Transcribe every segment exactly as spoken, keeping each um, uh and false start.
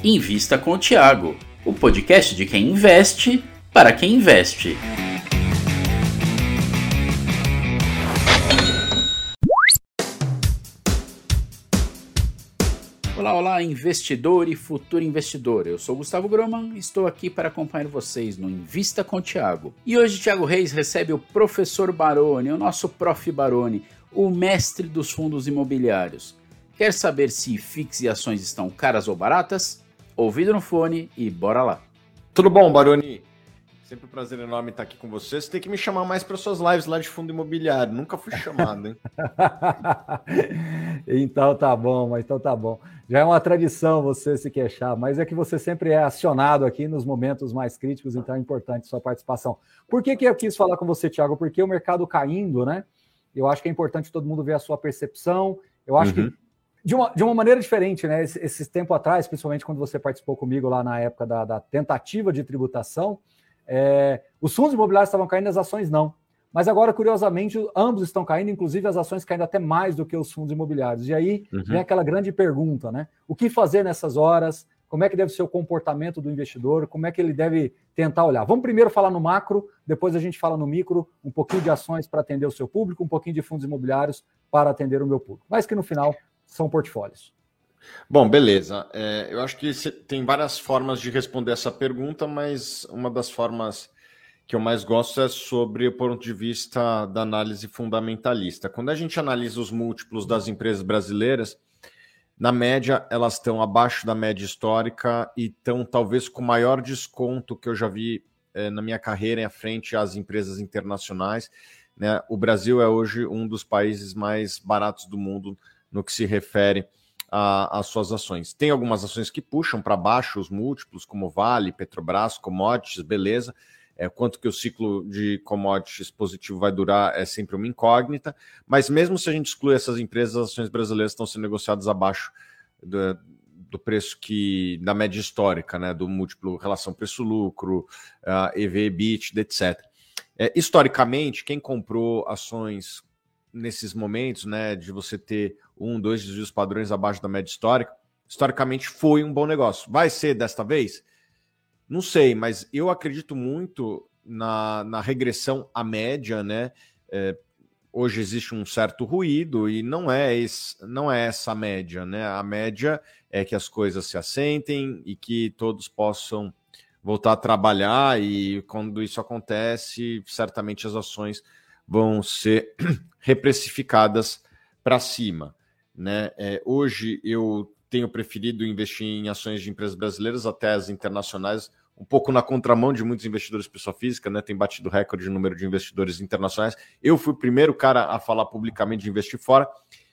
Invista com o Thiago, o podcast de quem investe para quem investe. Olá, olá, investidor e futuro investidor. Eu sou Gustavo Groman e estou aqui para acompanhar vocês no Invista com o Thiago. E hoje Thiago Reis recebe o professor Baroni, o nosso prof Baroni, o mestre dos fundos imobiliários. Quer saber se F I Is e ações estão caras ou baratas? Ouvido no fone e bora lá. Tudo bom, Baroni? Sempre um prazer enorme estar aqui com você. Você tem que me chamar mais para suas lives lá de fundo imobiliário. Nunca fui chamado, hein? Então tá bom, mas então tá bom. Já é uma tradição você se queixar, mas é que você sempre é acionado aqui nos momentos mais críticos, então é importante sua participação. Por que que eu quis falar com você, Thiago? Porque o mercado caindo, né? Eu acho que é importante todo mundo ver a sua percepção. Eu acho uhum. que De uma, de uma maneira diferente, né? Esse, esse tempo atrás, principalmente quando você participou comigo lá na época da, da tentativa de tributação, é, os fundos imobiliários estavam caindo, as ações não. Mas agora, curiosamente, ambos estão caindo, inclusive as ações caindo até mais do que os fundos imobiliários. E aí uhum. vem aquela grande pergunta, né? O que fazer nessas horas? Como é que deve ser o comportamento do investidor? Como é que ele deve tentar olhar? Vamos primeiro falar no macro, depois a gente fala no micro, um pouquinho de ações para atender o seu público, um pouquinho de fundos imobiliários para atender o meu público. Mas que no final são portfólios. Bom, beleza. É, eu acho que tem várias formas de responder essa pergunta, mas uma das formas que eu mais gosto é sobre o ponto de vista da análise fundamentalista. Quando a gente analisa os múltiplos das empresas brasileiras, na média, elas estão abaixo da média histórica e estão talvez com o maior desconto que eu já vi é, na minha carreira em frente às empresas internacionais. Né? O Brasil é hoje um dos países mais baratos do mundo no que se refere às suas ações. Tem algumas ações que puxam para baixo os múltiplos, como Vale, Petrobras, commodities, beleza. É, quanto que o ciclo de commodities positivo vai durar é sempre uma incógnita, mas mesmo se a gente excluir essas empresas, as ações brasileiras estão sendo negociadas abaixo do, do preço que, da média histórica, né, do múltiplo relação preço-lucro, uh, E V, EBITDA, etcétera. É, historicamente, quem comprou ações nesses momentos, né, de você ter um, dois desvios padrões abaixo da média histórica, historicamente foi um bom negócio. Vai ser desta vez? Não sei, mas eu acredito muito na, na regressão à média, né? É, hoje existe um certo ruído e não é, esse, não é essa a média, né? A média é que as coisas se assentem e que todos possam voltar a trabalhar e quando isso acontece, certamente as ações vão ser reprecificadas para cima. Né? É, hoje eu tenho preferido investir em ações de empresas brasileiras até as internacionais, um pouco na contramão de muitos investidores pessoa física, né? Tem batido recorde de número de investidores internacionais. Eu fui o primeiro cara a falar publicamente de investir fora.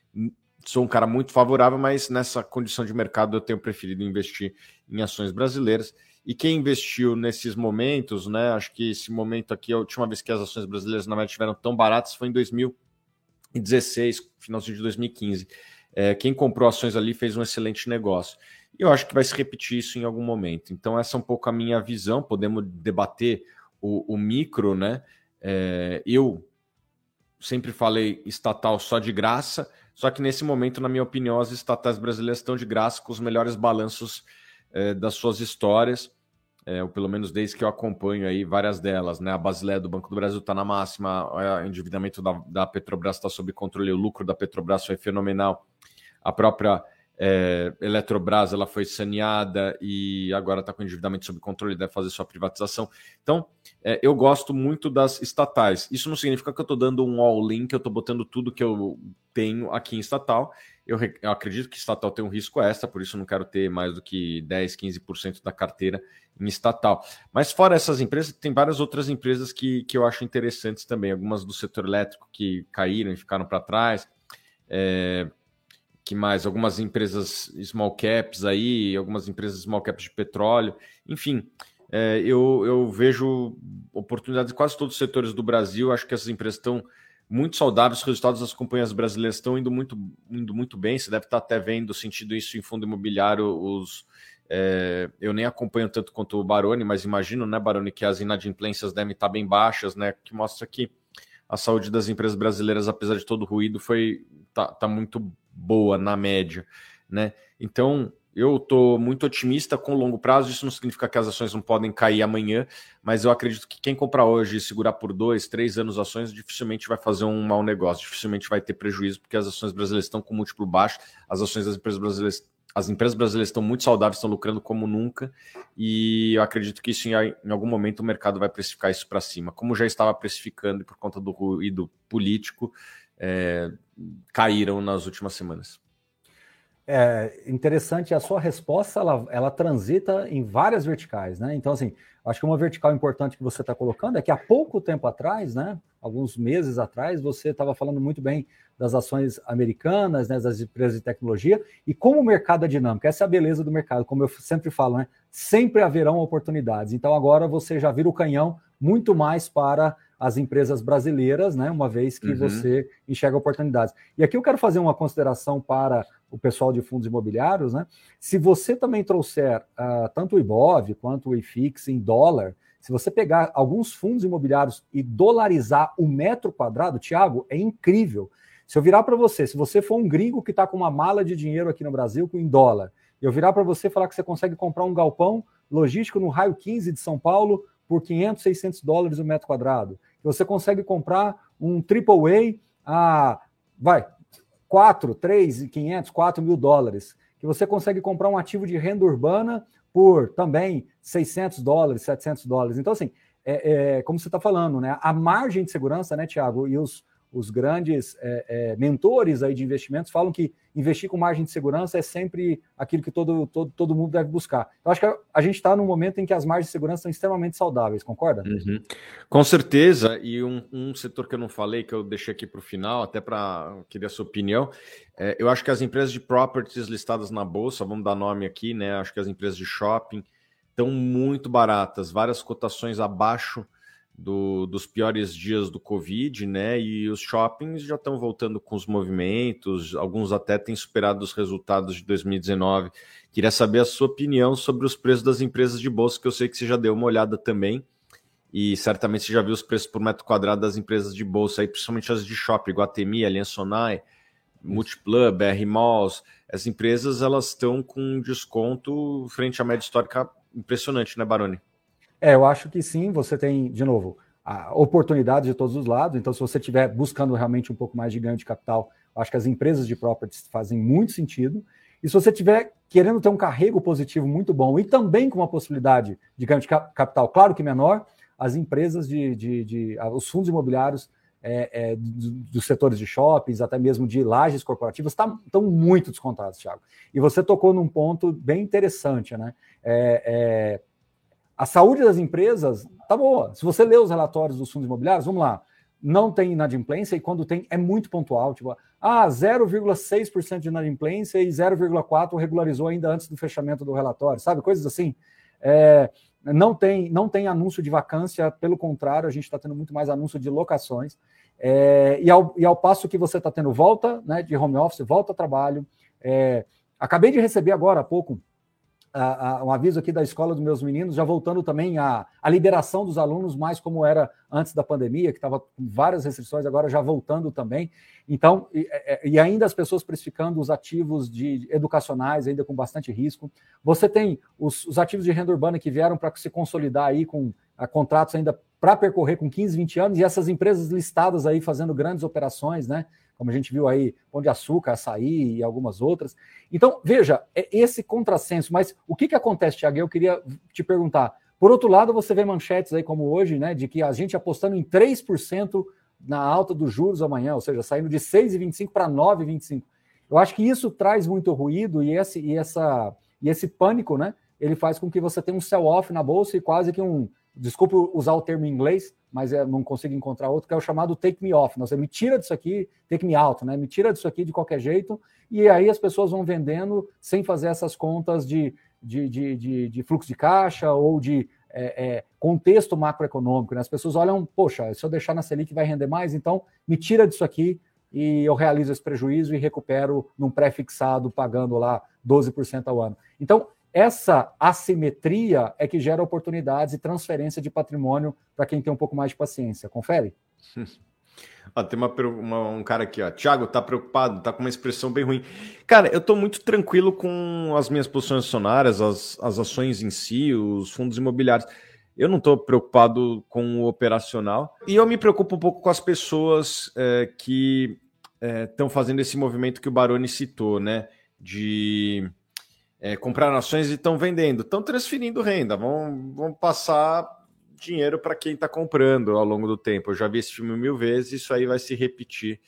Sou um cara muito favorável, mas nessa condição de mercado eu tenho preferido investir em ações brasileiras. E quem investiu nesses momentos, né? Acho que esse momento aqui, a última vez que as ações brasileiras na verdade estiveram tão baratas foi em dois mil e dezesseis, finalzinho de dois mil e quinze. É, quem comprou ações ali fez um excelente negócio. E eu acho que vai se repetir isso em algum momento. Então essa é um pouco a minha visão. Podemos debater o, o micro, né? É, eu sempre falei estatal só de graça, só que nesse momento, na minha opinião, as estatais brasileiras estão de graça com os melhores balanços é, das suas histórias. É, ou pelo menos desde que eu acompanho aí várias delas, né? A Basileia do Banco do Brasil está na máxima, o endividamento da, da Petrobras está sob controle, o lucro da Petrobras foi fenomenal, a própria é, Eletrobras ela foi saneada e agora está com endividamento sob controle, deve fazer sua privatização. Então, é, eu gosto muito das estatais. Isso não significa que eu estou dando um all-in, que eu estou botando tudo que eu tenho aqui em estatal. Eu, eu acredito que estatal tem um risco extra, por isso eu não quero ter mais do que dez, quinze por cento da carteira em estatal. Mas fora essas empresas, tem várias outras empresas que, que eu acho interessantes também. Algumas do setor elétrico que caíram e ficaram para trás. É, que mais? Algumas empresas small caps aí, algumas empresas small caps de petróleo. Enfim, é, eu, eu vejo oportunidades em quase todos os setores do Brasil. Acho que essas empresas estão muito saudáveis, os resultados das companhias brasileiras estão indo muito, indo muito bem. Você deve estar até vendo, sentido isso em fundo imobiliário. Os, é, eu nem acompanho tanto quanto o Baroni, mas imagino, né, Baroni, que as inadimplências devem estar bem baixas, né, que mostra que a saúde das empresas brasileiras, apesar de todo o ruído, foi, tá, tá muito boa na média, né? Então, eu estou muito otimista com o longo prazo. Isso não significa que as ações não podem cair amanhã, mas eu acredito que quem comprar hoje e segurar por dois, três anos ações dificilmente vai fazer um mau negócio, dificilmente vai ter prejuízo, porque as ações brasileiras estão com múltiplo baixo, as ações das empresas brasileiras, as empresas brasileiras estão muito saudáveis, estão lucrando como nunca, e eu acredito que isso em, em algum momento o mercado vai precificar isso para cima, como já estava precificando e por conta do ruído político, é, caíram nas últimas semanas. É interessante, a sua resposta, ela, ela transita em várias verticais, né? Então, assim, acho que uma vertical importante que você está colocando é que há pouco tempo atrás, né, alguns meses atrás, você estava falando muito bem das ações americanas, né, das empresas de tecnologia, e como o mercado é dinâmico, essa é a beleza do mercado, como eu sempre falo, né? Sempre haverão oportunidades. Então, agora você já vira o canhão muito mais para as empresas brasileiras, né, uma vez que uhum. você enxerga oportunidades. E aqui eu quero fazer uma consideração para o pessoal de fundos imobiliários, né? Se você também trouxer uh, tanto o Ibov quanto o I F I X em dólar, se você pegar alguns fundos imobiliários e dolarizar o metro quadrado, Thiago, é incrível. Se eu virar para você, se você for um gringo que está com uma mala de dinheiro aqui no Brasil em dólar, eu virar para você e falar que você consegue comprar um galpão logístico no raio quinze de São Paulo por quinhentos, seiscentos dólares o metro quadrado. Você consegue comprar um triple A a, vai, quatro, três, quinhentos, quatro mil dólares. Que você consegue comprar um ativo de renda urbana por também seiscentos dólares, setecentos dólares. Então, assim, é, é, como você está falando, né? A margem de segurança, né, Thiago, e os, os grandes é, é, mentores aí de investimentos falam que investir com margem de segurança é sempre aquilo que todo, todo, todo mundo deve buscar. Eu acho que a, a gente está num momento em que as margens de segurança são extremamente saudáveis, concorda? Uhum. Com certeza, e um, um setor que eu não falei, que eu deixei aqui para o final, até para querer a sua opinião, é, eu acho que as empresas de properties listadas na Bolsa, vamos dar nome aqui, né? Acho que as empresas de shopping estão muito baratas, várias cotações abaixo Do, dos piores dias do Covid, né? E os shoppings já estão voltando com os movimentos, alguns até têm superado os resultados de dois mil e dezenove. Queria saber a sua opinião sobre os preços das empresas de bolsa, que eu sei que você já deu uma olhada também, e certamente você já viu os preços por metro quadrado das empresas de bolsa, aí, principalmente as de shopping, Iguatemi, Aliansce Sonae, Multiplan, B R Malls. As empresas elas estão com um desconto frente à média histórica impressionante, né, Baroni? É, eu acho que sim, você tem, de novo, a oportunidade de todos os lados, então se você estiver buscando realmente um pouco mais de ganho de capital, eu acho que as empresas de properties fazem muito sentido, e se você estiver querendo ter um carrego positivo muito bom e também com uma possibilidade de ganho de capital, claro que menor, as empresas de, de, de os fundos imobiliários é, é, dos setores de shoppings, até mesmo de lajes corporativas, tá, estão muito descontados, Thiago. E você tocou num ponto bem interessante, né? É, é, A saúde das empresas tá boa. Se você ler os relatórios dos fundos imobiliários, vamos lá, não tem inadimplência e quando tem é muito pontual. Tipo, ah, zero vírgula seis por cento de inadimplência e zero vírgula quatro por cento regularizou ainda antes do fechamento do relatório, sabe? Coisas assim. É, não, tem, não tem anúncio de vacância, pelo contrário, a gente está tendo muito mais anúncio de locações. É, e, ao, e ao passo que você está tendo volta, né, de home office, volta ao trabalho. É, acabei de receber agora há pouco Uh, uh, um aviso aqui da escola dos meus meninos, já voltando também a, a liberação dos alunos, mais como era antes da pandemia, que estava com várias restrições, agora já voltando também. Então, e, e ainda as pessoas precificando os ativos de, de educacionais, ainda com bastante risco. Você tem os, os ativos de renda urbana que vieram para se consolidar aí com a, contratos ainda para percorrer com quinze, vinte anos, e essas empresas listadas aí fazendo grandes operações, né? Como a gente viu aí, Pão de Açúcar, Açaí e algumas outras. Então, veja, é esse contrassenso. Mas o que, que acontece, Thiago? Eu queria te perguntar. Por outro lado, você vê manchetes aí como hoje, né, de que a gente apostando em três por cento na alta dos juros amanhã, ou seja, saindo de seis vírgula vinte e cinco para nove vírgula vinte e cinco. Eu acho que isso traz muito ruído e esse, e essa, e esse pânico, né, ele faz com que você tenha um sell-off na bolsa e quase que um, desculpe usar o termo em inglês, mas eu não consigo encontrar outro, que é o chamado take me off. Você me tira disso aqui, take me out, né? Me tira disso aqui de qualquer jeito, e aí as pessoas vão vendendo sem fazer essas contas de, de, de, de, de fluxo de caixa ou de é, é, contexto macroeconômico, né? As pessoas olham, poxa, se eu deixar na Selic vai render mais, então me tira disso aqui e eu realizo esse prejuízo e recupero num pré-fixado pagando lá doze por cento ao ano. Então, essa assimetria é que gera oportunidades e transferência de patrimônio para quem tem um pouco mais de paciência. Confere? Ó, tem uma, uma, um cara aqui, ó. Thiago, tá preocupado? Tá com uma expressão bem ruim. Cara, eu tô muito tranquilo com as minhas posições acionárias, as, as ações em si, os fundos imobiliários. Eu não tô preocupado com o operacional. E eu me preocupo um pouco com as pessoas é, que estão é, fazendo esse movimento que o Baroni citou, né? De é, comprar ações e estão vendendo. Estão transferindo renda. Vão, vão passar dinheiro para quem está comprando ao longo do tempo. Eu já vi esse filme mil vezes, isso aí vai se repetir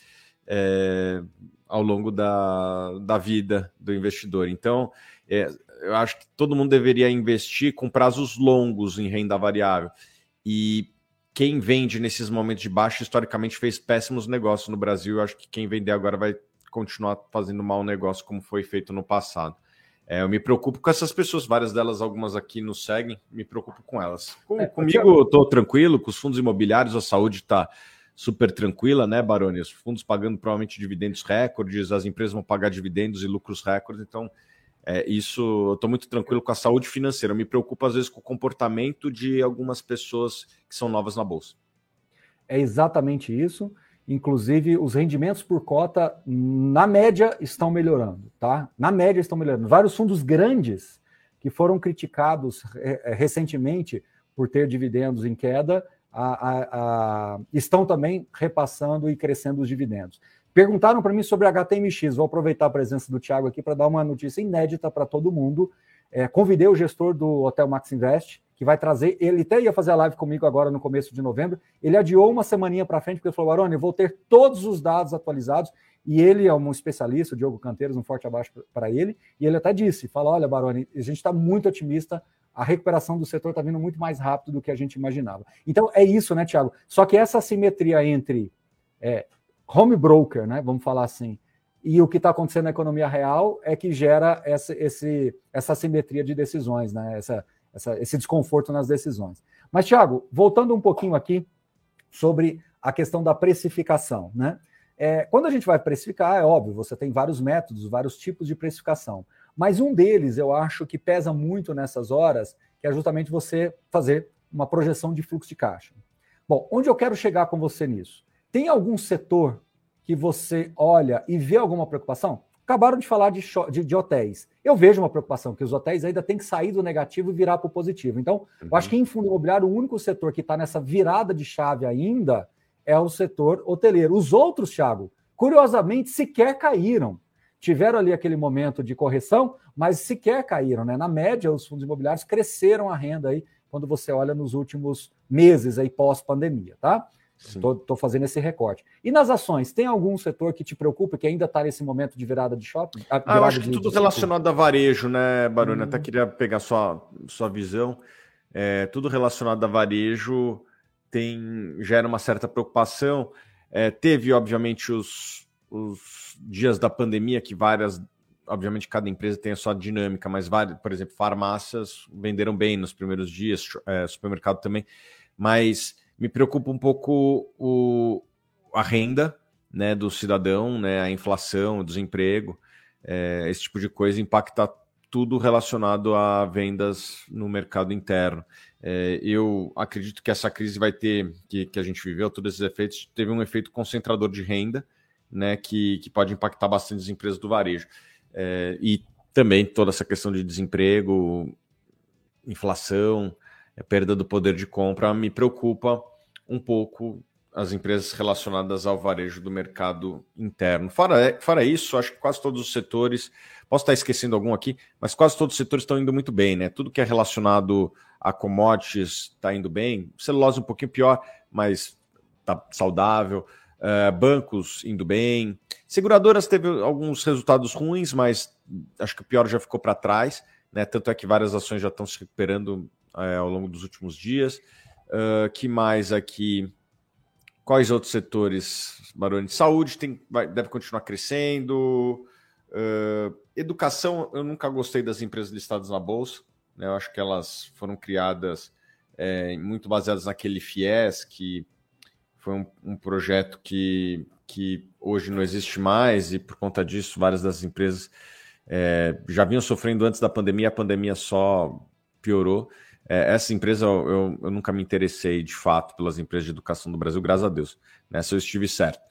é, ao longo da, da vida do investidor. Então, é, eu acho que todo mundo deveria investir com prazos longos em renda variável. E quem vende nesses momentos de baixa, historicamente, fez péssimos negócios no Brasil. Eu acho que quem vender agora vai continuar fazendo mau negócio, como foi feito no passado. É, eu me preocupo com essas pessoas, várias delas, algumas aqui nos seguem, me preocupo com elas. Com, é, comigo eu estou tranquilo, com os fundos imobiliários, a saúde está super tranquila, né, Baroni? Os fundos pagando provavelmente dividendos recordes, as empresas vão pagar dividendos e lucros recordes, então é, isso eu estou muito tranquilo com a saúde financeira. Eu me preocupo às vezes com o comportamento de algumas pessoas que são novas na Bolsa. É exatamente isso. Inclusive, os rendimentos por cota, na média, estão melhorando, tá? Na média, estão melhorando. Vários fundos grandes que foram criticados é, recentemente por ter dividendos em queda, a, a, a, estão também repassando e crescendo os dividendos. Perguntaram para mim sobre a H T M X. Vou aproveitar a presença do Thiago aqui para dar uma notícia inédita para todo mundo. É, convidei o gestor do Hotel Max Invest, que vai trazer, ele até ia fazer a live comigo agora no começo de novembro, ele adiou uma semaninha para frente, porque ele falou, Baroni, eu vou ter todos os dados atualizados, e ele é um especialista, o Diogo Canteiros, um forte abaixo para ele, e ele até disse, fala, olha, Baroni, a gente está muito otimista, a recuperação do setor está vindo muito mais rápido do que a gente imaginava. Então, é isso, né, Thiago? Só que essa assimetria entre é, home broker, né, vamos falar assim, e o que está acontecendo na economia real é que gera essa, esse, essa assimetria de decisões, né, essa Essa, esse desconforto nas decisões. Mas, Thiago, voltando um pouquinho aqui sobre a questão da precificação, né? É, quando a gente vai precificar, é óbvio, você tem vários métodos, vários tipos de precificação, mas um deles eu acho que pesa muito nessas horas, que é justamente você fazer uma projeção de fluxo de caixa. Bom, onde eu quero chegar com você nisso? Tem algum setor que você olha e vê alguma preocupação? Acabaram de falar de, de, de hotéis. Eu vejo uma preocupação, que os hotéis ainda têm que sair do negativo e virar para o positivo. Então, uhum. eu acho que em fundo imobiliário, o único setor que está nessa virada de chave ainda é o setor hoteleiro. Os outros, Thiago, curiosamente, sequer caíram. Tiveram ali aquele momento de correção, mas sequer caíram, né? Na média, os fundos imobiliários cresceram a renda aí, quando você olha nos últimos meses aí pós-pandemia, tá? Estou fazendo esse recorte. E nas ações, tem algum setor que te preocupa, que ainda está nesse momento de virada de shopping? Ah, eu acho que de, tudo de relacionado a varejo, né, Baroni? Hum. Até queria pegar sua, sua visão. É, tudo relacionado a varejo tem, gera uma certa preocupação. É, teve, obviamente, os, os dias da pandemia, que várias, obviamente, cada empresa tem a sua dinâmica, mas, várias, por exemplo, farmácias venderam bem nos primeiros dias, é, supermercado também, mas me preocupa um pouco o, a renda, né, do cidadão, né, a inflação, o desemprego, é, esse tipo de coisa impacta tudo relacionado a vendas no mercado interno. É, eu acredito que essa crise vai ter, que, que a gente viveu, todos esses efeitos, teve um efeito concentrador de renda, né, que, que pode impactar bastante as empresas do varejo. É, e também toda essa questão de desemprego, inflação, perda do poder de compra, me preocupa um pouco as empresas relacionadas ao varejo do mercado interno. Fora, fora isso, acho que quase todos os setores, posso estar esquecendo algum aqui, mas quase todos os setores estão indo muito bem, né? Tudo que é relacionado a commodities está indo bem, celulose um pouquinho pior, mas está saudável, uh, bancos indo bem, seguradoras teve alguns resultados ruins, mas acho que o pior já ficou para trás, né? Tanto é que várias ações já estão se recuperando uh, ao longo dos últimos dias. Uh, que mais aqui? Quais outros setores, Baroni? Saúde tem, vai, deve continuar crescendo. Uh, educação, eu nunca gostei das empresas listadas na Bolsa. Né? Eu acho que elas foram criadas é, muito baseadas naquele FIES, que foi um, um projeto que, que hoje não existe mais, e por conta disso, várias das empresas é, já vinham sofrendo antes da pandemia, a pandemia só piorou. É, essa empresa, eu, eu, eu nunca me interessei de fato pelas empresas de educação do Brasil, graças a Deus. Nessa eu estive certo.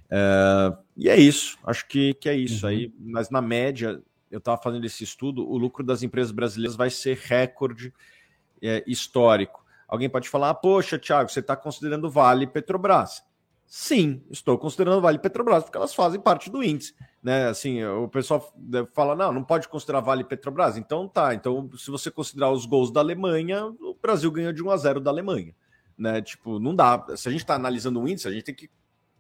É, e é isso, acho que, que é isso. Uhum. Aí, mas na média, eu estava fazendo esse estudo, o lucro das empresas brasileiras vai ser recorde é, histórico. Alguém pode falar, ah, poxa, Thiago, você está considerando Vale e Petrobras. Sim, estou considerando Vale e Petrobras, porque elas fazem parte do índice. Né? Assim, o pessoal fala, não, não pode considerar Vale e Petrobras. Então tá, então se você considerar os gols da Alemanha, o Brasil ganhou de um a zero da Alemanha. Né? Tipo, não dá. Se a gente está analisando o índice, a gente tem que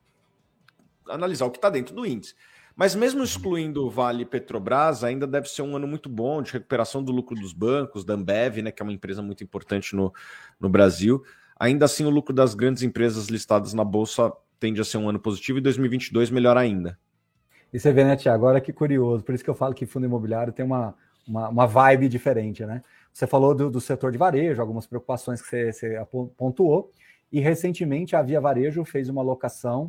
analisar o que está dentro do índice. Mas mesmo excluindo Vale e Petrobras, ainda deve ser um ano muito bom de recuperação do lucro dos bancos, da Ambev, né, que é uma empresa muito importante no, no Brasil. Ainda assim, o lucro das grandes empresas listadas na Bolsa tende a ser um ano positivo e dois mil e vinte e dois melhor ainda. E você vê, né, Thiago, agora que curioso, por isso que eu falo que fundo imobiliário tem uma, uma, uma vibe diferente, né? Você falou do, do setor de varejo, algumas preocupações que você, você pontuou, e recentemente a Via Varejo fez uma locação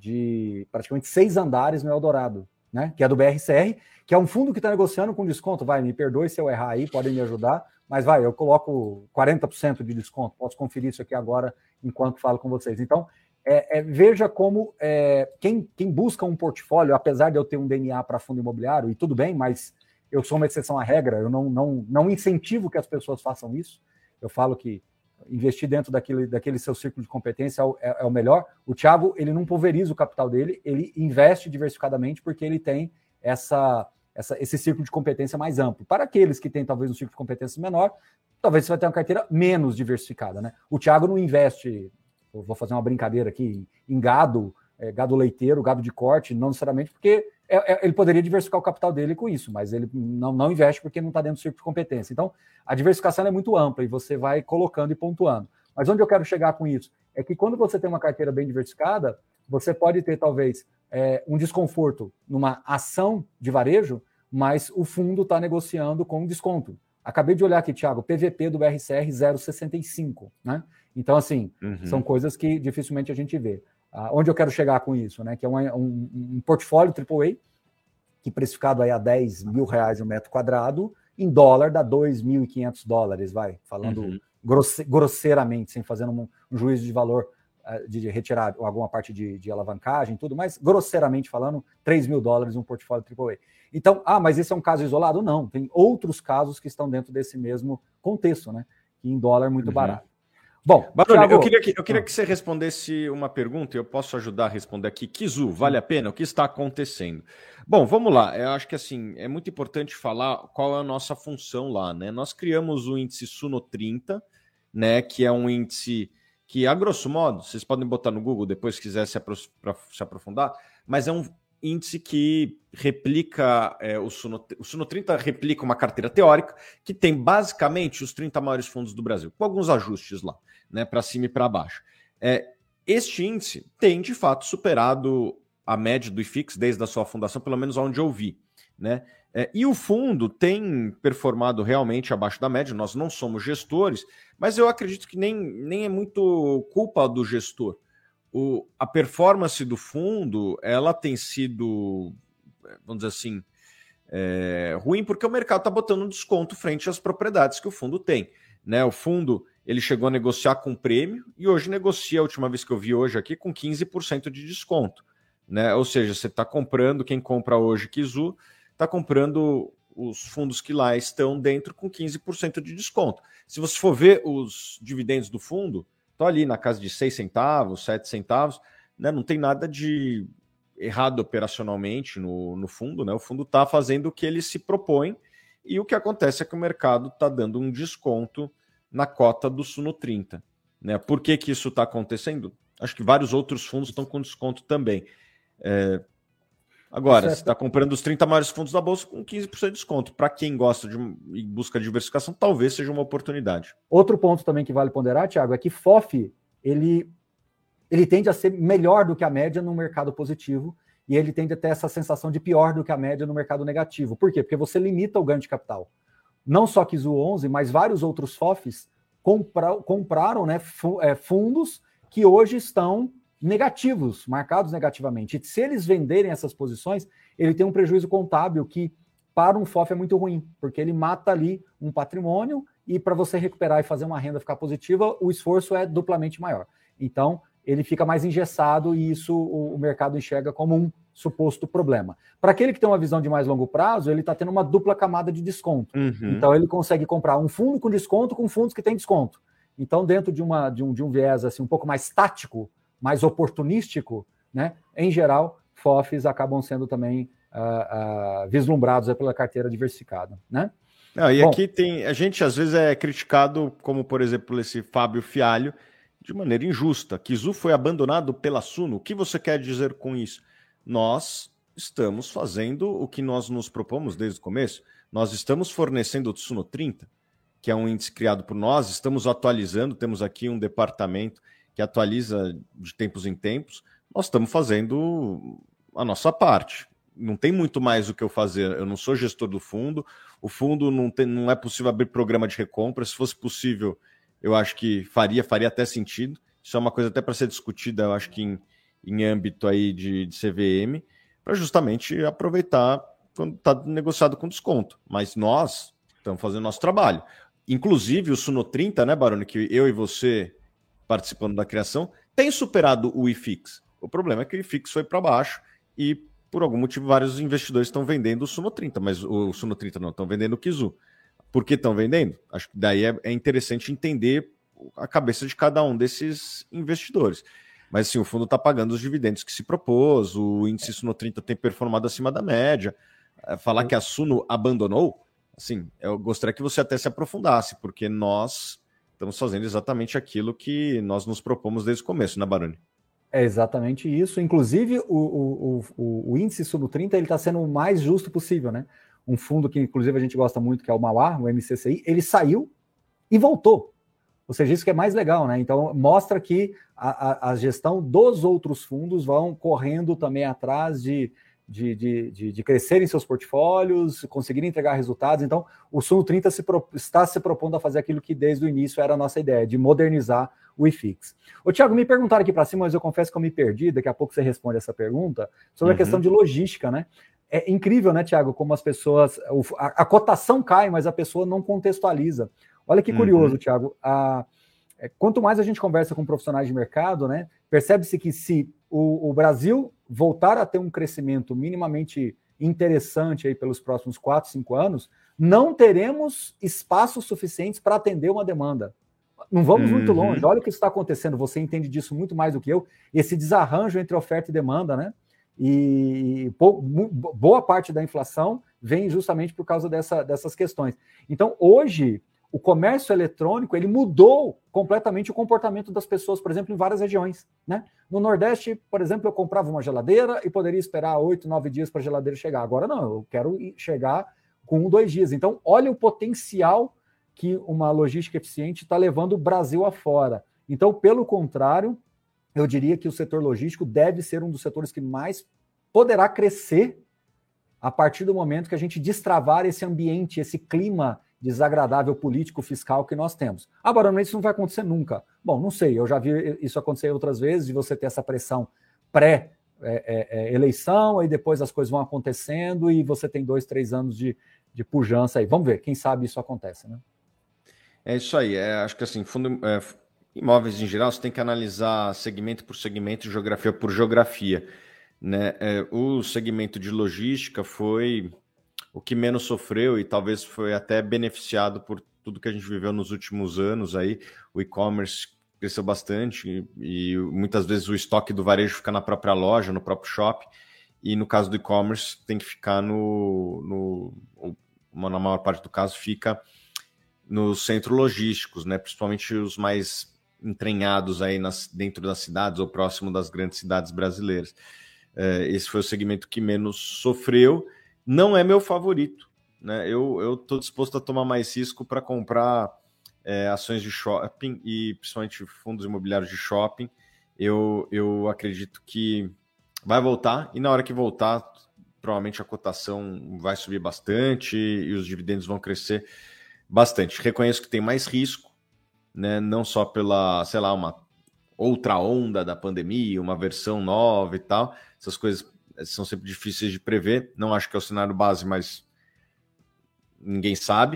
de praticamente seis andares no Eldorado, né? Que é do B R C R, que é um fundo que está negociando com desconto. Vai, me perdoe se eu errar aí, podem me ajudar, mas vai, eu coloco quarenta por cento de desconto, posso conferir isso aqui agora enquanto falo com vocês. Então, é, é, veja como é, quem, quem busca um portfólio, apesar de eu ter um D N A para fundo imobiliário, e tudo bem, mas eu sou uma exceção à regra, eu não, não, não incentivo que as pessoas façam isso, eu falo que investir dentro daquele, daquele seu círculo de competência é, é o melhor. O Thiago, ele não pulveriza o capital dele, ele investe diversificadamente porque ele tem essa, essa, esse círculo de competência mais amplo. Para aqueles que têm talvez um círculo de competência menor, talvez você vai ter uma carteira menos diversificada, né? O Thiago não investe, eu vou fazer uma brincadeira aqui, em gado, é, gado leiteiro, gado de corte, não necessariamente porque é, é, ele poderia diversificar o capital dele com isso, mas ele não, não investe porque não está dentro do círculo de competência. Então, a diversificação é muito ampla e você vai colocando e pontuando. Mas onde eu quero chegar com isso é que quando você tem uma carteira bem diversificada, você pode ter talvez é, um desconforto numa ação de varejo, mas o fundo está negociando com desconto. Acabei de olhar aqui, Thiago, P V P do B R C R zero vírgula sessenta e cinco, né? Então, assim, uhum. são coisas que dificilmente a gente vê. Ah, onde eu quero chegar com isso, né? Que é um, um, um portfólio triplo A, que precificado aí a dez mil reais o metro quadrado, em dólar dá dois mil e quinhentos dólares, vai, falando uhum. grosse, grosseiramente, sem fazer um, um juízo de valor uh, de, de retirar alguma parte de, de alavancagem, tudo, mas grosseiramente falando, três mil dólares um portfólio triplo A. Então, ah, mas esse é um caso isolado? Não, tem outros casos que estão dentro desse mesmo contexto, né? Que em dólar muito uhum. barato. Bom, Baroni, Thiago... eu, queria que, eu queria que você respondesse uma pergunta, e eu posso ajudar a responder aqui. Kizu, vale a pena? O que está acontecendo? Bom, vamos lá. Eu acho que assim é muito importante falar qual é a nossa função lá, né? Nós criamos o índice Suno trinta, né? Que é um índice que, a grosso modo, vocês podem botar no Google depois se quiser se, apro se aprofundar, mas é um índice que replica é, o Suno, o Suno trinta replica uma carteira teórica que tem basicamente os trinta maiores fundos do Brasil, com alguns ajustes lá, né, para cima e para baixo. É, este índice tem, de fato, superado a média do I F I X desde a sua fundação, pelo menos onde eu vi, né? É, e o fundo tem performado realmente abaixo da média, nós não somos gestores, mas eu acredito que nem, nem é muito culpa do gestor. O, a performance do fundo, ela tem sido, vamos dizer assim, é, ruim porque o mercado está botando um desconto frente às propriedades que o fundo tem, né? O fundo, ele chegou a negociar com prêmio e hoje negocia, a última vez que eu vi hoje aqui, com quinze por cento de desconto, né? Ou seja, você está comprando, quem compra hoje Kizu, está comprando os fundos que lá estão dentro com quinze por cento de desconto. Se você for ver os dividendos do fundo, estão ali na casa de seis centavos, sete centavos, né? Não tem nada de errado operacionalmente no, no fundo, né? O fundo está fazendo o que ele se propõe e o que acontece é que o mercado está dando um desconto na cota do Suno trinta, né? Por que que isso está acontecendo? Acho que vários outros fundos estão com desconto também. É... Agora, você está comprando os trinta maiores fundos da Bolsa com quinze por cento de desconto. Para quem gosta de e busca diversificação, talvez seja uma oportunidade. Outro ponto também que vale ponderar, Thiago, é que F O F, ele, ele tende a ser melhor do que a média no mercado positivo e ele tende a ter essa sensação de pior do que a média no mercado negativo. Por quê? Porque você limita o ganho de capital. Não só Kizu onze, mas vários outros F O Fs compra, compraram, né, fundos que hoje estão negativos, marcados negativamente. E se eles venderem essas posições, ele tem um prejuízo contábil que para um F O F é muito ruim, porque ele mata ali um patrimônio e para você recuperar e fazer uma renda ficar positiva, o esforço é duplamente maior. Então, ele fica mais engessado e isso o, o mercado enxerga como um suposto problema. Para aquele que tem uma visão de mais longo prazo, ele está tendo uma dupla camada de desconto. Uhum. Então, ele consegue comprar um fundo com desconto com fundos que têm desconto. Então, dentro de, uma, de, um, de um viés assim, um pouco mais tático, mais oportunístico, né, em geral, F O Fs acabam sendo também uh, uh, vislumbrados pela carteira diversificada. Né? Não, e Bom, aqui tem... A gente, às vezes, é criticado, como, por exemplo, esse Fábio Fialho, de maneira injusta. Kizu foi abandonado pela Suno. O que você quer dizer com isso? Nós estamos fazendo o que nós nos propomos desde o começo. Nós estamos fornecendo o Tsuno trinta, que é um índice criado por nós, estamos atualizando, temos aqui um departamento que atualiza de tempos em tempos. Nós estamos fazendo a nossa parte. Não tem muito mais o que eu fazer. Eu não sou gestor do fundo. O fundo não, tem, não é possível abrir programa de recompra. Se fosse possível, eu acho que faria, faria até sentido. Isso é uma coisa até para ser discutida, eu acho que em, em âmbito aí de, de C V M, para justamente aproveitar quando está negociado com desconto. Mas nós estamos fazendo nosso trabalho. Inclusive o Suno trinta, né, Baroni, que eu e você participando da criação, tem superado o I F I X. O problema é que o I F I X foi para baixo e, por algum motivo, vários investidores estão vendendo o Suno trinta, mas o Suno trinta não, estão vendendo o Kizu. Por que estão vendendo? Acho que daí é, é interessante entender a cabeça de cada um desses investidores. Mas assim, o fundo está pagando os dividendos que se propôs, o índice Suno trinta tem performado acima da média. Falar que a Suno abandonou, assim, eu gostaria que você até se aprofundasse, porque nós estamos fazendo exatamente aquilo que nós nos propomos desde o começo, né, Baroni? É exatamente isso. Inclusive, o, o, o, o índice Suno trinta está sendo o mais justo possível, né? Um fundo que, inclusive, a gente gosta muito, que é o Mauá, o M C C I, ele saiu e voltou. Ou seja, isso que é mais legal, né? Então, mostra que a, a, a gestão dos outros fundos vão correndo também atrás de, de, de, de, de crescerem seus portfólios, conseguirem entregar resultados. Então, o Suno trinta se pro, está se propondo a fazer aquilo que desde o início era a nossa ideia, de modernizar o I F I X. Ô, Thiago, me perguntaram aqui para cima, mas eu confesso que eu me perdi, daqui a pouco você responde essa pergunta, sobre uhum. a questão de logística, né? É incrível, né, Thiago, como as pessoas... A, a cotação cai, mas a pessoa não contextualiza. Olha que curioso, uhum. Thiago. A, é, quanto mais a gente conversa com profissionais de mercado, né, percebe-se que se o, o Brasil voltar a ter um crescimento minimamente interessante aí pelos próximos quatro, cinco anos, não teremos espaços suficientes para atender uma demanda. Não vamos uhum. muito longe. Olha o que está acontecendo. Você entende disso muito mais do que eu. Esse desarranjo entre oferta e demanda, né? E boa parte da inflação vem justamente por causa dessa, dessas questões. Então, hoje, o comércio eletrônico ele mudou completamente o comportamento das pessoas, por exemplo, em várias regiões. Né? No Nordeste, por exemplo, eu comprava uma geladeira e poderia esperar oito, nove dias para a geladeira chegar. Agora não, eu quero chegar com um, dois dias. Então, olha o potencial que uma logística eficiente está levando o Brasil afora. Então, pelo contrário, eu diria que o setor logístico deve ser um dos setores que mais poderá crescer a partir do momento que a gente destravar esse ambiente, esse clima desagradável político fiscal que nós temos. Agora, isso não vai acontecer nunca. Bom, não sei, eu já vi isso acontecer outras vezes, de você ter essa pressão pré-eleição, aí depois as coisas vão acontecendo e você tem dois, três anos de, de pujança aí. Vamos ver, quem sabe isso acontece, né? É isso aí, é, acho que assim, fundo... É... Imóveis em geral, você tem que analisar segmento por segmento, geografia por geografia. Né? É, o segmento de logística foi o que menos sofreu e talvez foi até beneficiado por tudo que a gente viveu nos últimos anos. Aí. O e-commerce cresceu bastante e, e muitas vezes o estoque do varejo fica na própria loja, no próprio shopping. E no caso do e-commerce tem que ficar no, no... na maior parte do caso, fica nos centros logísticos, né? Principalmente os mais entranhados aí nas, dentro das cidades ou próximo das grandes cidades brasileiras. É, esse foi o segmento que menos sofreu. Não é meu favorito, né? Eu estou disposto a tomar mais risco para comprar é, ações de shopping e principalmente fundos imobiliários de shopping. Eu, eu acredito que vai voltar e na hora que voltar, provavelmente a cotação vai subir bastante e os dividendos vão crescer bastante. Reconheço que tem mais risco, né? Não só pela, sei lá, uma outra onda da pandemia, uma versão nova e tal. Essas coisas são sempre difíceis de prever. Não acho que é o cenário base, mas ninguém sabe.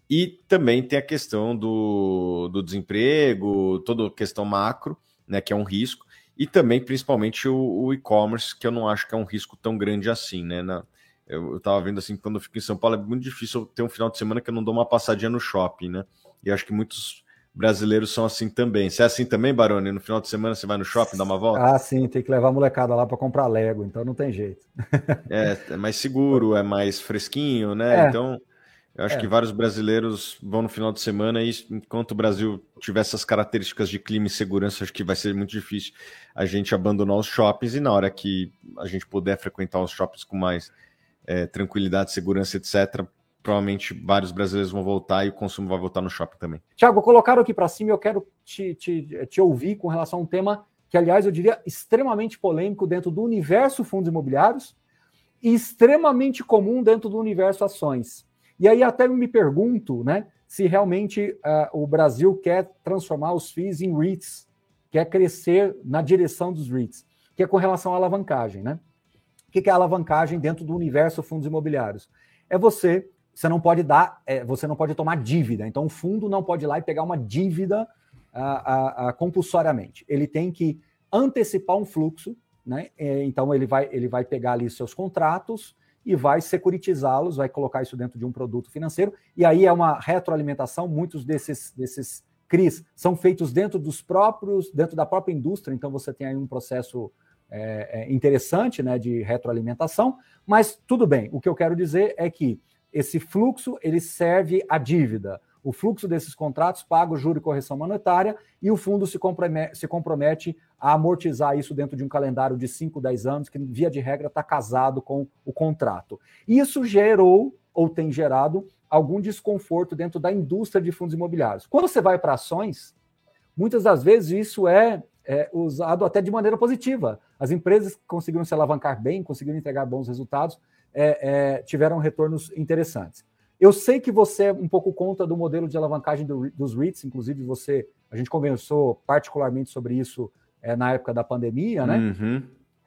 E também tem a questão do, do desemprego, toda a questão macro, né, que é um risco, e também, principalmente, o, o e-commerce, que eu não acho que é um risco tão grande assim, né? Na, eu estava vendo assim, quando eu fico em São Paulo, é muito difícil eu ter um final de semana que eu não dou uma passadinha no shopping, né? E eu acho que muitos brasileiros são assim também. Você é assim também, Baroni? No final de semana você vai no shopping, dá uma volta? Ah, sim, tem que levar a molecada lá para comprar Lego, então não tem jeito. É, é mais seguro, é mais fresquinho, né? É, Então, eu acho é. que vários brasileiros vão no final de semana e enquanto o Brasil tiver essas características de clima e segurança, acho que vai ser muito difícil a gente abandonar os shoppings e na hora que a gente puder frequentar os shoppings com mais é, tranquilidade, segurança, etcétera, provavelmente vários brasileiros vão voltar e o consumo vai voltar no shopping também. Tiago, colocaram aqui para cima e eu quero te, te, te ouvir com relação a um tema que, aliás, eu diria extremamente polêmico dentro do universo fundos imobiliários e extremamente comum dentro do universo ações. E aí até me pergunto, né, se realmente uh, o Brasil quer transformar os F I Is em REITs, quer crescer na direção dos REITs, que é com relação à alavancagem, né? O que é a alavancagem dentro do universo fundos imobiliários? É você, você não pode dar, é, você não pode tomar dívida. Então o fundo não pode ir lá e pegar uma dívida uh, uh, uh, compulsoriamente. Ele tem que antecipar um fluxo, né? Então ele vai, ele vai pegar ali seus contratos e vai securitizá-los, vai colocar isso dentro de um produto financeiro, e aí é uma retroalimentação, muitos desses, desses C R Is são feitos dentro dos próprios, dentro da própria indústria, então você tem aí um processo é, é, interessante, né, de retroalimentação, mas tudo bem, o que eu quero dizer é que esse fluxo, ele serve à dívida, o fluxo desses contratos paga o juro e correção monetária e o fundo se compromete, se compromete a amortizar isso dentro de um calendário de cinco, dez anos, que via de regra está casado com o contrato. Isso gerou, ou tem gerado, algum desconforto dentro da indústria de fundos imobiliários. Quando você vai para ações, muitas das vezes isso é, é usado até de maneira positiva. As empresas conseguiram se alavancar bem, conseguiram entregar bons resultados, é, é, tiveram retornos interessantes. Eu sei que você é um pouco contra do modelo de alavancagem do, dos REITs, inclusive você, a gente conversou particularmente sobre isso é, na época da pandemia, né? Uhum.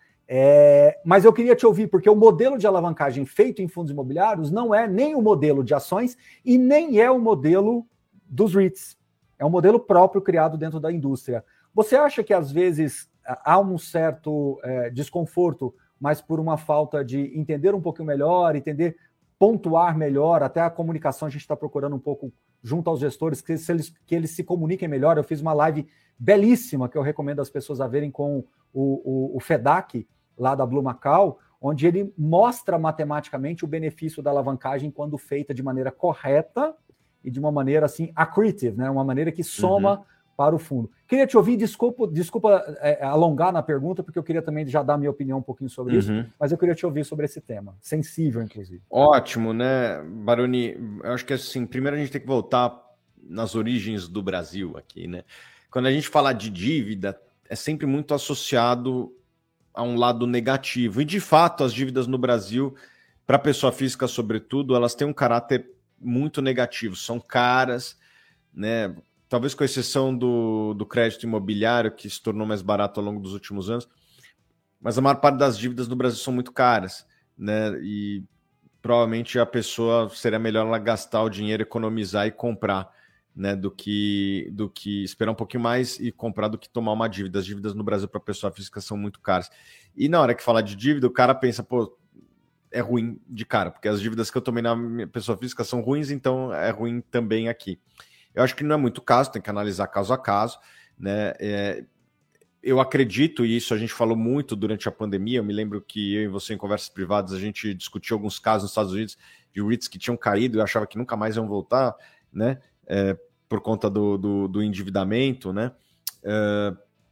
É, mas eu queria te ouvir, porque o modelo de alavancagem feito em fundos imobiliários não é nem o modelo de ações e nem é o modelo dos REITs. É um modelo próprio criado dentro da indústria. Você acha que às vezes há um certo é, desconforto, mas por uma falta de entender um pouquinho melhor, entender... pontuar melhor, até a comunicação a gente está procurando um pouco junto aos gestores, que, se eles, que eles se comuniquem melhor. Eu fiz uma live belíssima que eu recomendo as pessoas a verem com o, o, o FEDAC, lá da Blue Macau, onde ele mostra matematicamente o benefício da alavancagem quando feita de maneira correta e de uma maneira assim, accretive, né? Uma maneira que soma uhum. para o fundo. Queria te ouvir, desculpa, desculpa é, alongar na pergunta, porque eu queria também já dar minha opinião um pouquinho sobre uhum. isso, mas eu queria te ouvir sobre esse tema, sensível, inclusive. Ótimo, né, Baroni? Eu acho que assim, primeiro a gente tem que voltar nas origens do Brasil aqui, né? Quando a gente fala de dívida, é sempre muito associado a um lado negativo. E, de fato, as dívidas no Brasil, para a pessoa física, sobretudo, elas têm um caráter muito negativo. São caras, né? Talvez com exceção do, do crédito imobiliário, que se tornou mais barato ao longo dos últimos anos, mas a maior parte das dívidas no Brasil são muito caras, né? E provavelmente a pessoa seria melhor ela gastar o dinheiro, economizar e comprar, né? Do que, do que esperar um pouquinho mais e comprar do que tomar uma dívida. As dívidas no Brasil para a pessoa física são muito caras. E na hora que fala de dívida, o cara pensa, pô, é ruim de cara, porque as dívidas que eu tomei na minha pessoa física são ruins, então é ruim também aqui. Eu acho que não é muito caso, tem que analisar caso a caso, né? É, eu acredito, e isso a gente falou muito durante a pandemia, eu me lembro que eu e você em conversas privadas, a gente discutiu alguns casos nos Estados Unidos de REITs que tinham caído e eu achava que nunca mais iam voltar, né? É, por conta do, do, do endividamento, né? É,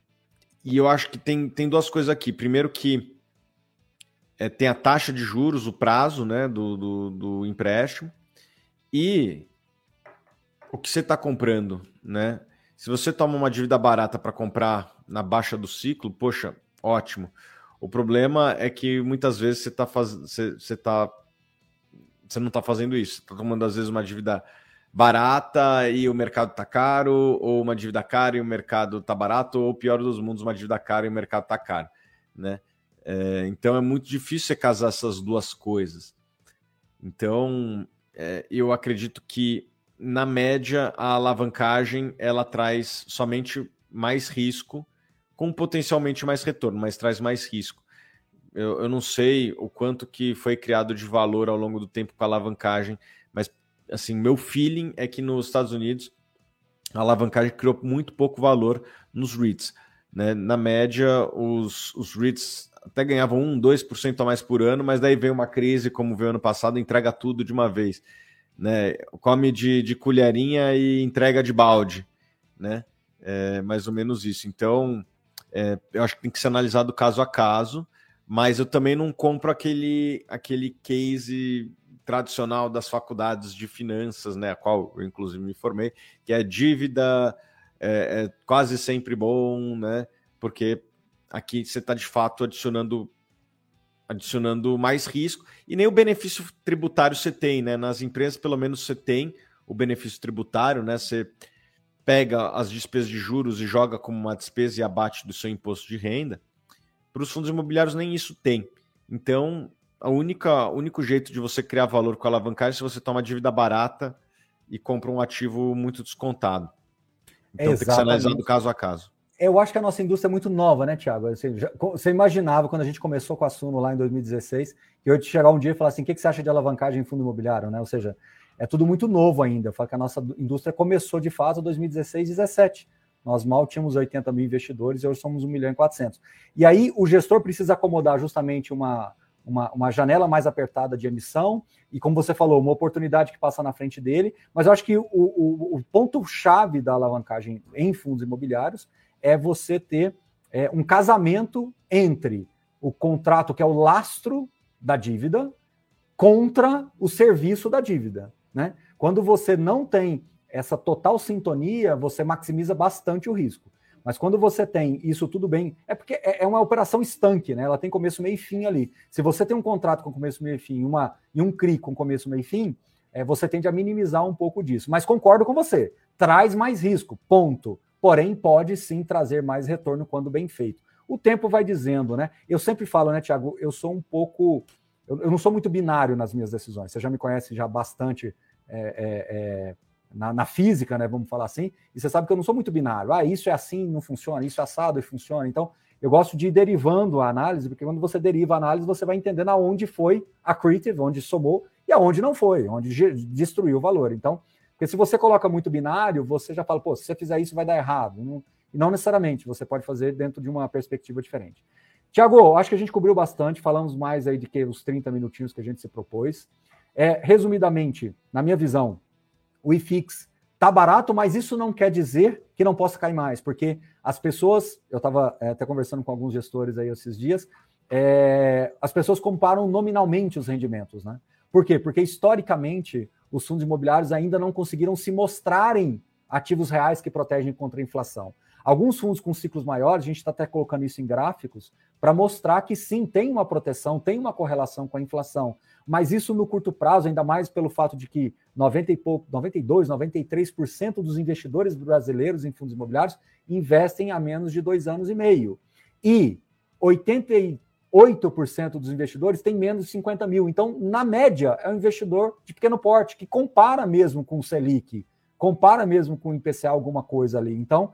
e eu acho que tem, tem duas coisas aqui. Primeiro que é, tem a taxa de juros, o prazo, né, do, do, do empréstimo, e o que você está comprando, né? Se você toma uma dívida barata para comprar na baixa do ciclo, poxa, ótimo. O problema é que muitas vezes você, tá faz... você, você, tá... você não está fazendo isso. Você está tomando, às vezes, uma dívida barata e o mercado está caro, ou uma dívida cara e o mercado está barato, ou pior dos mundos, uma dívida cara e o mercado está caro, né? É... Então é muito difícil você casar essas duas coisas. Então, é... eu acredito que na média, a alavancagem ela traz somente mais risco, com potencialmente mais retorno, mas traz mais risco. Eu, eu não sei o quanto que foi criado de valor ao longo do tempo com a alavancagem, mas assim, meu feeling é que nos Estados Unidos a alavancagem criou muito pouco valor nos REITs. Né? Na média, os, os REITs até ganhavam um, dois por cento a mais por ano, mas daí veio uma crise, como veio ano passado, entrega tudo de uma vez. Né? Come de, de colherinha e entrega de balde. Né? É mais ou menos isso. Então, é, eu acho que tem que ser analisado caso a caso, mas eu também não compro aquele, aquele case tradicional das faculdades de finanças, né, a qual eu inclusive me formei, que é dívida é, é quase sempre bom, né, porque aqui você está de fato adicionando, adicionando mais risco, e nem o benefício tributário você tem, né, nas empresas pelo menos você tem o benefício tributário, né, você pega as despesas de juros e joga como uma despesa e abate do seu imposto de renda. Para os fundos imobiliários nem isso tem. Então, a única, o único jeito de você criar valor com a alavancagem é se você toma uma dívida barata e compra um ativo muito descontado. Então, Exatamente. Tem que ser analisado caso a caso. Eu acho que a nossa indústria é muito nova, né, Thiago? Você, já, você imaginava, quando a gente começou com a Suno lá em dois mil e dezesseis, que eu ia chegar um dia e falar assim, o que, que você acha de alavancagem em fundo imobiliário? Né? Ou seja, é tudo muito novo ainda. Eu falo que a nossa indústria começou de fato em dois mil e dezesseis, dezessete. Nós mal tínhamos oitenta mil investidores e hoje somos um milhão e quatrocentos. E aí o gestor precisa acomodar justamente uma, uma, uma janela mais apertada de emissão e, como você falou, uma oportunidade que passa na frente dele. Mas eu acho que o, o, o ponto-chave da alavancagem em fundos imobiliários é você ter é, um casamento entre o contrato, que é o lastro da dívida, contra o serviço da dívida. Né? Quando você não tem essa total sintonia, você maximiza bastante o risco. Mas quando você tem isso tudo bem... É porque é uma operação estanque, né? Ela tem começo, meio e fim ali. Se você tem um contrato com começo, meio e fim uma, e um C R I com começo, meio e fim, é, você tende a minimizar um pouco disso. Mas concordo com você. Traz mais risco, ponto. Porém, pode sim trazer mais retorno quando bem feito. O tempo vai dizendo, né? Eu sempre falo, né, Thiago? Eu sou um pouco... Eu, eu não sou muito binário nas minhas decisões. Você já me conhece já bastante... É, é, é, Na, na física, né, vamos falar assim, e você sabe que eu não sou muito binário, ah, isso é assim, não funciona, isso é assado e funciona, então eu gosto de ir derivando a análise, porque quando você deriva a análise, você vai entendendo aonde foi accretive, onde somou, e aonde não foi, onde destruiu o valor, então, porque se você coloca muito binário, você já fala, pô, se você fizer isso vai dar errado, não, e não necessariamente, você pode fazer dentro de uma perspectiva diferente. Tiago, acho que a gente cobriu bastante, falamos mais aí de que os trinta minutinhos que a gente se propôs, é, resumidamente, na minha visão, o I F I X está barato, mas isso não quer dizer que não possa cair mais, porque as pessoas, eu estava é, até conversando com alguns gestores aí esses dias, é, as pessoas comparam nominalmente os rendimentos, né? Por quê? Porque historicamente os fundos imobiliários ainda não conseguiram se mostrarem ativos reais que protegem contra a inflação. Alguns fundos com ciclos maiores, a gente está até colocando isso em gráficos, para mostrar que sim, tem uma proteção, tem uma correlação com a inflação, mas isso no curto prazo, ainda mais pelo fato de que noventa e pouco, noventa e dois, noventa e três por cento dos investidores brasileiros em fundos imobiliários investem há menos de dois anos e meio. E oitenta e oito por cento dos investidores têm menos de cinquenta mil. Então, na média, é um investidor de pequeno porte, que compara mesmo com o Selic, compara mesmo com o I P C A alguma coisa ali. Então,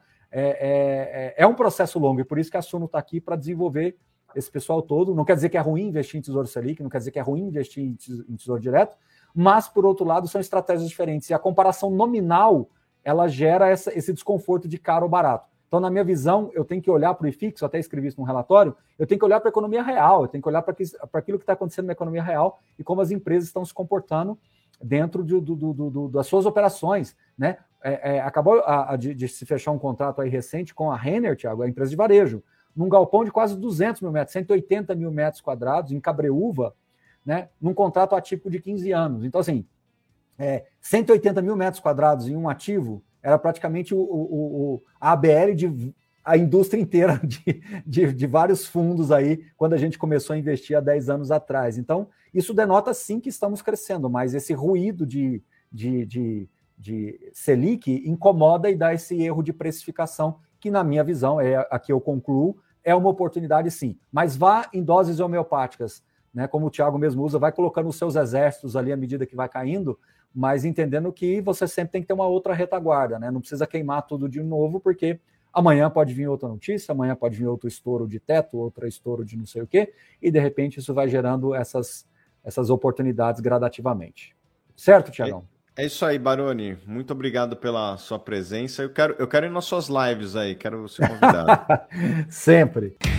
é, é, é um processo longo, e por isso que a Suno está aqui para desenvolver esse pessoal todo. Não quer dizer que é ruim investir em Tesouro Selic, não quer dizer que é ruim investir em Tesouro Direto, mas, por outro lado, são estratégias diferentes. E a comparação nominal, ela gera essa, esse desconforto de caro ou barato. Então, na minha visão, eu tenho que olhar para o I F I X, eu até escrevi isso num relatório, eu tenho que olhar para a economia real, eu tenho que olhar para aquilo que está acontecendo na economia real e como as empresas estão se comportando dentro de, do, do, do, das suas operações. Né? É, é, acabou a, a, de, de se fechar um contrato aí recente com a Renner, Thiago, a empresa de varejo, num galpão de quase duzentos mil metros, cento e oitenta mil metros quadrados, em Cabreúva, né, num contrato atípico de quinze anos. Então, assim, é, cento e oitenta mil metros quadrados em um ativo era praticamente o, o, o, a A B L de a indústria inteira de, de, de vários fundos aí, quando a gente começou a investir há dez anos atrás. Então, isso denota sim que estamos crescendo, mas esse ruído de, de, de, de Selic incomoda e dá esse erro de precificação, que na minha visão, é aqui eu concluo, é uma oportunidade sim. Mas vá em doses homeopáticas, né? Como o Thiago mesmo usa, vai colocando os seus exércitos ali à medida que vai caindo, mas entendendo que você sempre tem que ter uma outra retaguarda, né? Não precisa queimar tudo de novo, porque amanhã pode vir outra notícia, amanhã pode vir outro estouro de teto, outro estouro de não sei o quê, e de repente isso vai gerando essas, essas oportunidades gradativamente. Certo, Tiagão? É, é isso aí, Baroni. Muito obrigado pela sua presença. Eu quero, eu quero ir nas suas lives aí, quero ser convidado. Sempre.